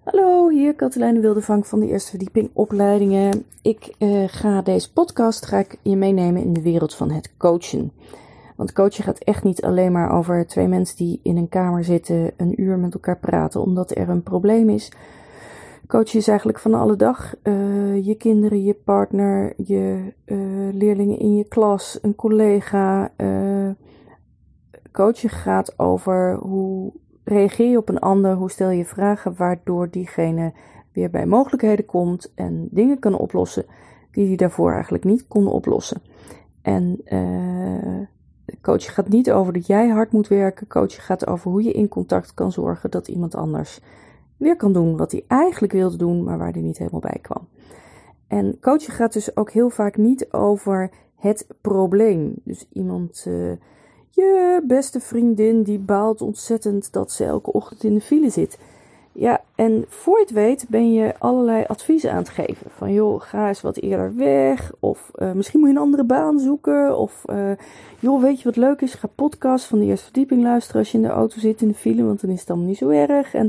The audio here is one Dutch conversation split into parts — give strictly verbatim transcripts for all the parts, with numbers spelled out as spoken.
Hallo, hier Katelijne Wildevang van de Eerste Verdieping Opleidingen. Ik uh, ga deze podcast ga ik je meenemen in de wereld van het coachen. Want coachen gaat echt niet alleen maar over twee mensen die in een kamer zitten, een uur met elkaar praten omdat er een probleem is. Coachen is eigenlijk van alle dag. Uh, je kinderen, je partner, je uh, leerlingen in je klas, een collega. Uh, coachen gaat over hoe reageer je op een ander, hoe stel je vragen waardoor diegene weer bij mogelijkheden komt en dingen kan oplossen die hij daarvoor eigenlijk niet kon oplossen. En uh, coachen gaat niet over dat jij hard moet werken. Coachen gaat over hoe je in contact kan zorgen dat iemand anders weer kan doen wat hij eigenlijk wilde doen, maar waar hij niet helemaal bij kwam. En coachen gaat dus ook heel vaak niet over het probleem. Dus iemand, uh, je beste vriendin, die baalt ontzettend dat ze elke ochtend in de file zit. Ja, en voor je het weet ben je allerlei adviezen aan het geven. Van joh, ga eens wat eerder weg. Of uh, misschien moet je een andere baan zoeken. Of uh, joh, weet je wat leuk is? Ga podcast van de Eerste Verdieping luisteren als je in de auto zit in de file. Want dan is het allemaal niet zo erg. En,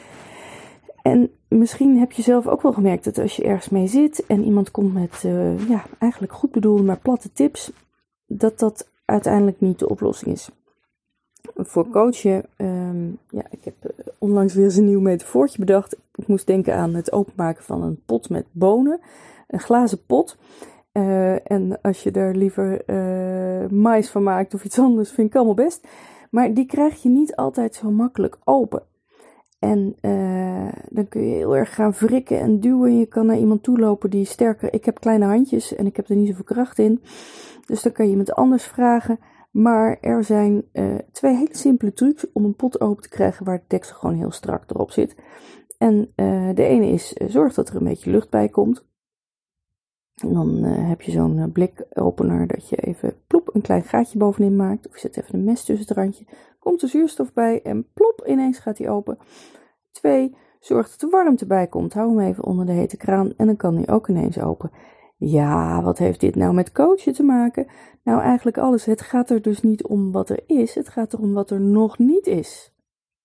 en misschien heb je zelf ook wel gemerkt dat als je ergens mee zit en iemand komt met uh, ja, eigenlijk goed bedoelde, maar platte tips, dat dat uiteindelijk niet de oplossing is. Voor coachen, um, ja, ik heb uh, onlangs weer eens een nieuw metafoortje bedacht. Ik moest denken aan het openmaken van een pot met bonen, een glazen pot. Uh, en als je daar liever uh, mais van maakt of iets anders, vind ik allemaal best. Maar die krijg je niet altijd zo makkelijk open. En uh, dan kun je heel erg gaan wrikken en duwen. Je kan naar iemand toe lopen die sterker... Ik heb kleine handjes en ik heb er niet zoveel kracht in. Dus dan kan je iemand anders vragen. Maar er zijn uh, twee hele simpele trucs om een pot open te krijgen waar de deksel gewoon heel strak erop zit. En uh, de ene is, uh, zorg dat er een beetje lucht bij komt. En dan uh, heb je zo'n uh, blikopener dat je even plop een klein gaatje bovenin maakt. Of je zet even een mes tussen het randje. Komt er zuurstof bij en plop, ineens gaat hij open. Twee, zorg dat er warmte bij komt. Hou hem even onder de hete kraan en dan kan hij ook ineens open. Ja, wat heeft dit nou met coachen te maken? Nou, eigenlijk alles. Het gaat er dus niet om wat er is. Het gaat erom wat er nog niet is.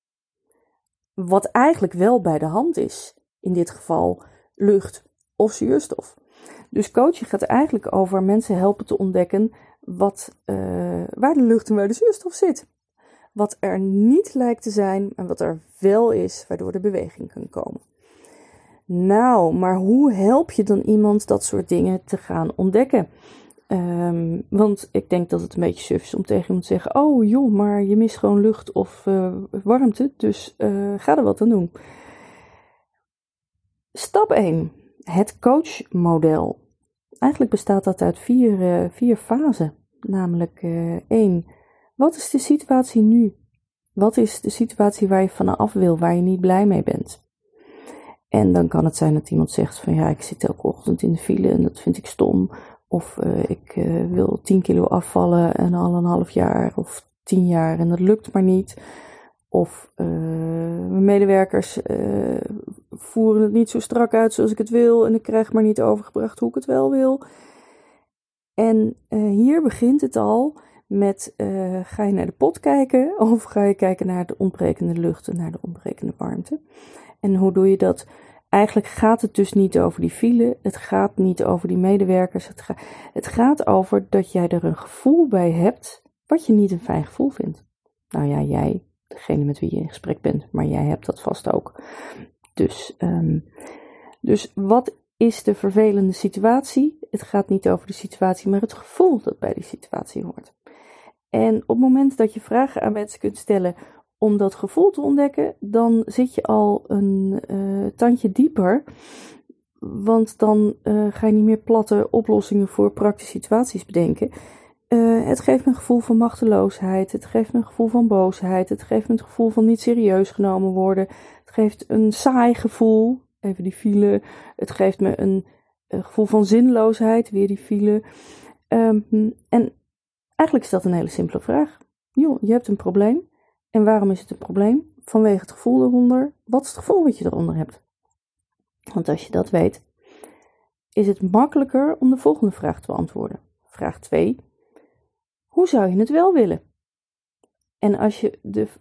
Wat eigenlijk wel bij de hand is. In dit geval lucht of zuurstof. Dus coachen gaat eigenlijk over mensen helpen te ontdekken wat, uh, waar de lucht en waar de zuurstof zit. Wat er niet lijkt te zijn en wat er wel is, waardoor de beweging kan komen. Nou, maar hoe help je dan iemand dat soort dingen te gaan ontdekken? Um, want ik denk dat het een beetje suf is om tegen iemand te zeggen, oh joh, maar je mist gewoon lucht of uh, warmte, dus uh, ga er wat aan doen. Stap één, het coachmodel. Eigenlijk bestaat dat uit vier, uh, vier fasen. Namelijk uh, één, wat is de situatie nu? Wat is de situatie waar je vanaf wil, waar je niet blij mee bent? En dan kan het zijn dat iemand zegt van ja, ik zit elke ochtend in de file en dat vind ik stom. Of uh, ik uh, wil tien kilo afvallen en al een half jaar of tien jaar en dat lukt maar niet. Of uh, mijn medewerkers uh, voeren het niet zo strak uit zoals ik het wil en ik krijg maar niet overgebracht hoe ik het wel wil. En uh, hier begint het al met uh, ga je naar de pot kijken of ga je kijken naar de ontbrekende lucht en naar de ontbrekende warmte. En hoe doe je dat? Eigenlijk gaat het dus niet over die file, het gaat niet over die medewerkers. Het, ga, het gaat over dat jij er een gevoel bij hebt wat je niet een fijn gevoel vindt. Nou ja, jij, degene met wie je in gesprek bent, maar jij hebt dat vast ook. Dus, um, dus wat is de vervelende situatie? Het gaat niet over de situatie, maar het gevoel dat bij die situatie hoort. En op het moment dat je vragen aan mensen kunt stellen om dat gevoel te ontdekken, dan zit je al een uh, tandje dieper. Want dan uh, ga je niet meer platte oplossingen voor praktische situaties bedenken. Uh, het geeft me een gevoel van machteloosheid. Het geeft me een gevoel van boosheid. Het geeft me het gevoel van niet serieus genomen worden. Het geeft een saai gevoel. Even die file. Het geeft me een, een gevoel van zinloosheid. Weer die file. Um, en eigenlijk is dat een hele simpele vraag. Joh, je hebt een probleem. En waarom is het een probleem? Vanwege het gevoel eronder. Wat is het gevoel wat je eronder hebt? Want als je dat weet, is het makkelijker om de volgende vraag te beantwoorden. Vraag twee. Hoe zou je het wel willen? En als je de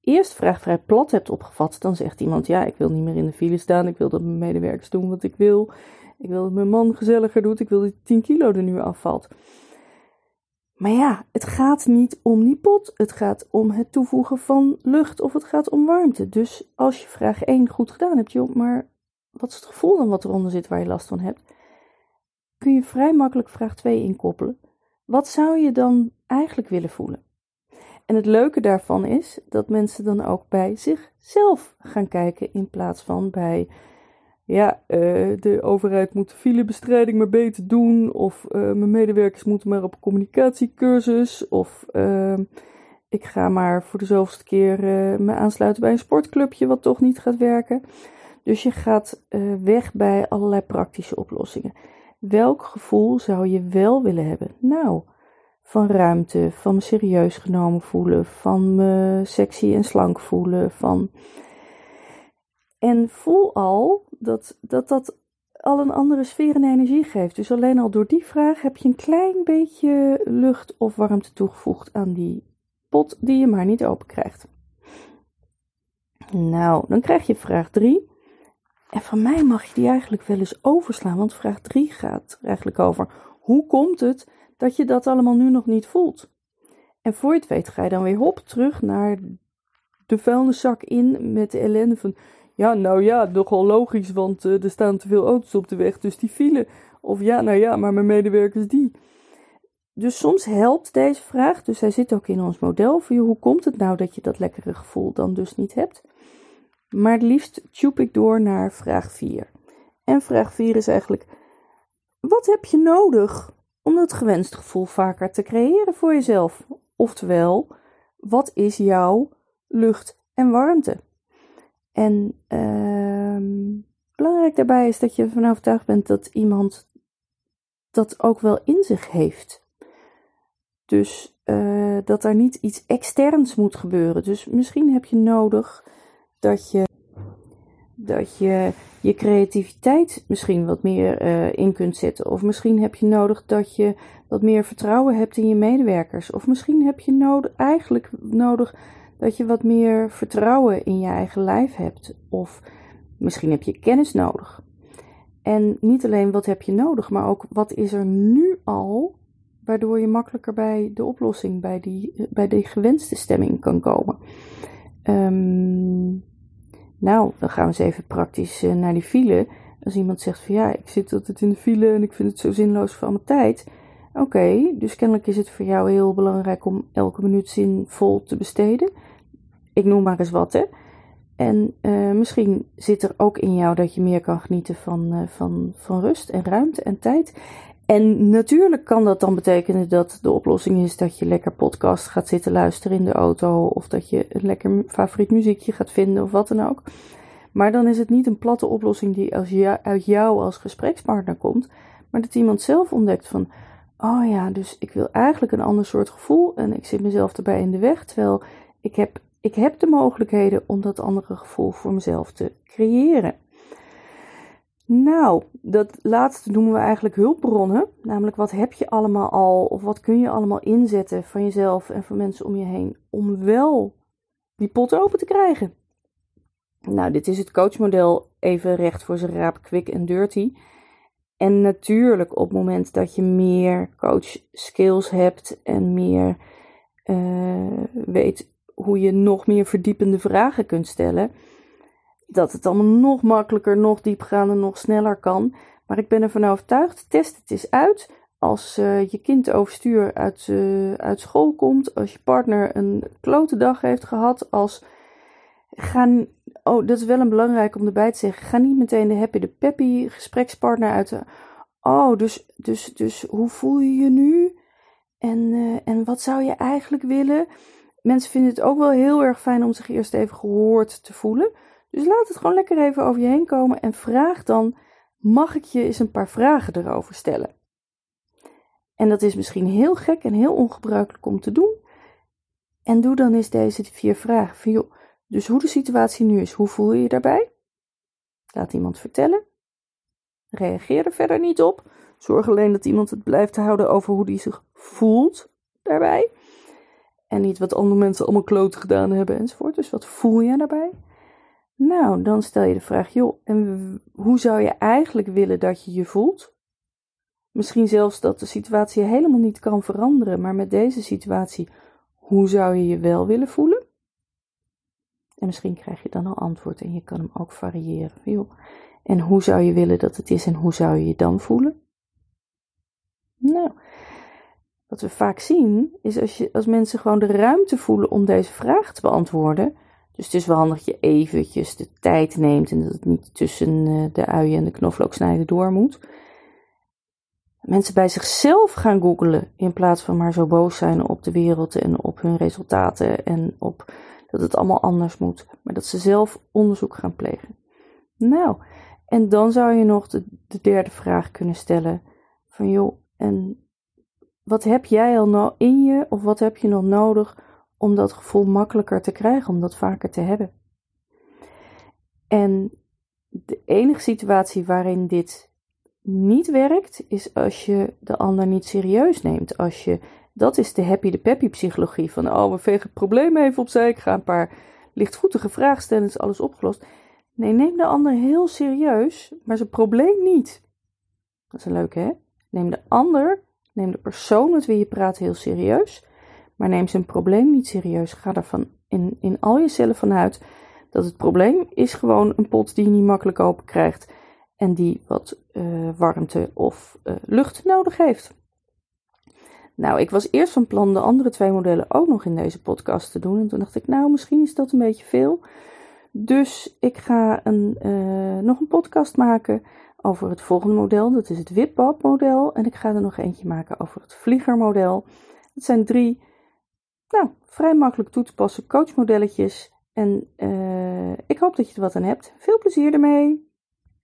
eerste vraag vrij plat hebt opgevat, dan zegt iemand, ja, ik wil niet meer in de file staan, ik wil dat mijn medewerkers doen wat ik wil, ik wil dat mijn man gezelliger doet, ik wil dat die tien kilo er nu afvalt. Maar ja, het gaat niet om die pot, het gaat om het toevoegen van lucht of het gaat om warmte. Dus als je vraag één goed gedaan hebt, joh, maar wat is het gevoel dan wat eronder zit waar je last van hebt? Kun je vrij makkelijk vraag twee inkoppelen. Wat zou je dan eigenlijk willen voelen? En het leuke daarvan is dat mensen dan ook bij zichzelf gaan kijken in plaats van bij, ja, uh, de overheid moet de filebestrijding maar beter doen, of uh, mijn medewerkers moeten maar op een communicatiecursus, of uh, ik ga maar voor de zoveelste keer uh, me aansluiten bij een sportclubje wat toch niet gaat werken. Dus je gaat uh, weg bij allerlei praktische oplossingen. Welk gevoel zou je wel willen hebben? Nou, van ruimte, van me serieus genomen voelen, van me sexy en slank voelen, van... En voel al dat, dat dat al een andere sfeer en energie geeft. Dus alleen al door die vraag heb je een klein beetje lucht of warmte toegevoegd aan die pot die je maar niet open krijgt. Nou, dan krijg je vraag drie. En van mij mag je die eigenlijk wel eens overslaan, want vraag drie gaat er eigenlijk over: hoe komt het dat je dat allemaal nu nog niet voelt? En voor je het weet ga je dan weer hop terug naar de vuilniszak in met de ellende van... Ja, nou ja, nogal logisch, want uh, er staan te veel auto's op de weg, dus die file. Of ja, nou ja, maar mijn medewerkers die. Dus soms helpt deze vraag, dus hij zit ook in ons model, voor je, hoe komt het nou dat je dat lekkere gevoel dan dus niet hebt? Maar het liefst tjoep ik door naar vraag vier. En vraag vier is eigenlijk, wat heb je nodig om dat gewenste gevoel vaker te creëren voor jezelf? Oftewel, wat is jouw lucht en warmte? En uh, belangrijk daarbij is dat je ervan overtuigd bent dat iemand dat ook wel in zich heeft. Dus uh, dat er niet iets externs moet gebeuren. Dus misschien heb je nodig dat je dat je, je creativiteit misschien wat meer uh, in kunt zetten. Of misschien heb je nodig dat je wat meer vertrouwen hebt in je medewerkers. Of misschien heb je nodig, eigenlijk nodig dat je wat meer vertrouwen in je eigen lijf hebt. Of misschien heb je kennis nodig. En niet alleen wat heb je nodig, maar ook wat is er nu al, waardoor je makkelijker bij de oplossing, bij die, bij die gewenste stemming kan komen. Um, nou, dan gaan we eens even praktisch uh, naar die file. Als iemand zegt van ja, ik zit altijd in de file en ik vind het zo zinloos voor al mijn tijd. Oké, okay, dus kennelijk is het voor jou heel belangrijk om elke minuut zinvol te besteden. Ik noem maar eens wat, hè. En uh, misschien zit er ook in jou dat je meer kan genieten van, uh, van, van rust en ruimte en tijd. En natuurlijk kan dat dan betekenen dat de oplossing is dat je lekker podcast gaat zitten luisteren in de auto. Of dat je een lekker favoriet muziekje gaat vinden of wat dan ook. Maar dan is het niet een platte oplossing die als jou, uit jou als gesprekspartner komt. Maar dat iemand zelf ontdekt van, oh ja, dus ik wil eigenlijk een ander soort gevoel. En ik zit mezelf erbij in de weg. Terwijl ik heb, ik heb de mogelijkheden om dat andere gevoel voor mezelf te creëren. Nou, dat laatste noemen we eigenlijk hulpbronnen. Namelijk, wat heb je allemaal al of wat kun je allemaal inzetten van jezelf en van mensen om je heen om wel die pot open te krijgen. Nou, dit is het coachmodel even recht voor zijn raap, quick en dirty. En natuurlijk op het moment dat je meer coach skills hebt en meer uh, weet hoe je nog meer verdiepende vragen kunt stellen, dat het allemaal nog makkelijker, nog diepgaander, nog sneller kan. Maar ik ben ervan overtuigd, test het eens uit. Als uh, je kind overstuur uit, uh, uit school komt, als je partner een klote dag heeft gehad, als ga, oh, dat is wel een belangrijk om erbij te zeggen, ga niet meteen de happy de peppy gesprekspartner uit de, oh, dus, dus, dus hoe voel je je nu? En, uh, en wat zou je eigenlijk willen? Mensen vinden het ook wel heel erg fijn om zich eerst even gehoord te voelen. Dus laat het gewoon lekker even over je heen komen en vraag dan, mag ik je eens een paar vragen erover stellen? En dat is misschien heel gek en heel ongebruikelijk om te doen. En doe dan eens deze vier vragen. Van, joh, dus hoe de situatie nu is, hoe voel je je daarbij? Laat iemand vertellen. Reageer er verder niet op. Zorg alleen dat iemand het blijft houden over hoe die zich voelt daarbij. En niet wat andere mensen allemaal kloten gedaan hebben enzovoort. Dus wat voel je daarbij? Nou, dan stel je de vraag, joh, en hoe zou je eigenlijk willen dat je je voelt? Misschien zelfs dat de situatie helemaal niet kan veranderen, maar met deze situatie, hoe zou je je wel willen voelen? En misschien krijg je dan al antwoord en je kan hem ook variëren. Joh. En hoe zou je willen dat het is en hoe zou je je dan voelen? Nou, wat we vaak zien is als, je, als mensen gewoon de ruimte voelen om deze vraag te beantwoorden. Dus het is wel handig dat je eventjes de tijd neemt en dat het niet tussen de uien en de knoflooksnijden door moet. Mensen bij zichzelf gaan googlen in plaats van maar zo boos zijn op de wereld en op hun resultaten en op dat het allemaal anders moet. Maar dat ze zelf onderzoek gaan plegen. Nou, en dan zou je nog de, de derde vraag kunnen stellen van joh, en wat heb jij al nou in je of wat heb je nog nodig om dat gevoel makkelijker te krijgen, om dat vaker te hebben? En de enige situatie waarin dit niet werkt, is als je de ander niet serieus neemt. Als je, dat is de happy de peppy psychologie van, oh, we vegen het probleem even opzij, ik ga een paar lichtvoetige vragen stellen, is alles opgelost. Nee, neem de ander heel serieus, maar zijn probleem niet. Dat is een leuke, hè? Neem de ander, neem de persoon met wie je praat heel serieus, maar neem zijn probleem niet serieus. Ga ervan in, in al je cellen vanuit dat het probleem is gewoon een pot die je niet makkelijk open krijgt en die wat uh, warmte of uh, lucht nodig heeft. Nou, ik was eerst van plan de andere twee modellen ook nog in deze podcast te doen. En toen dacht ik, nou, misschien is dat een beetje veel. Dus ik ga een, uh, nog een podcast maken over het volgende model. Dat is het Wip-Bab model. En ik ga er nog eentje maken over het vliegermodel. Dat zijn drie, nou, vrij makkelijk toe te passen coachmodelletjes. En uh, ik hoop dat je er wat aan hebt. Veel plezier ermee!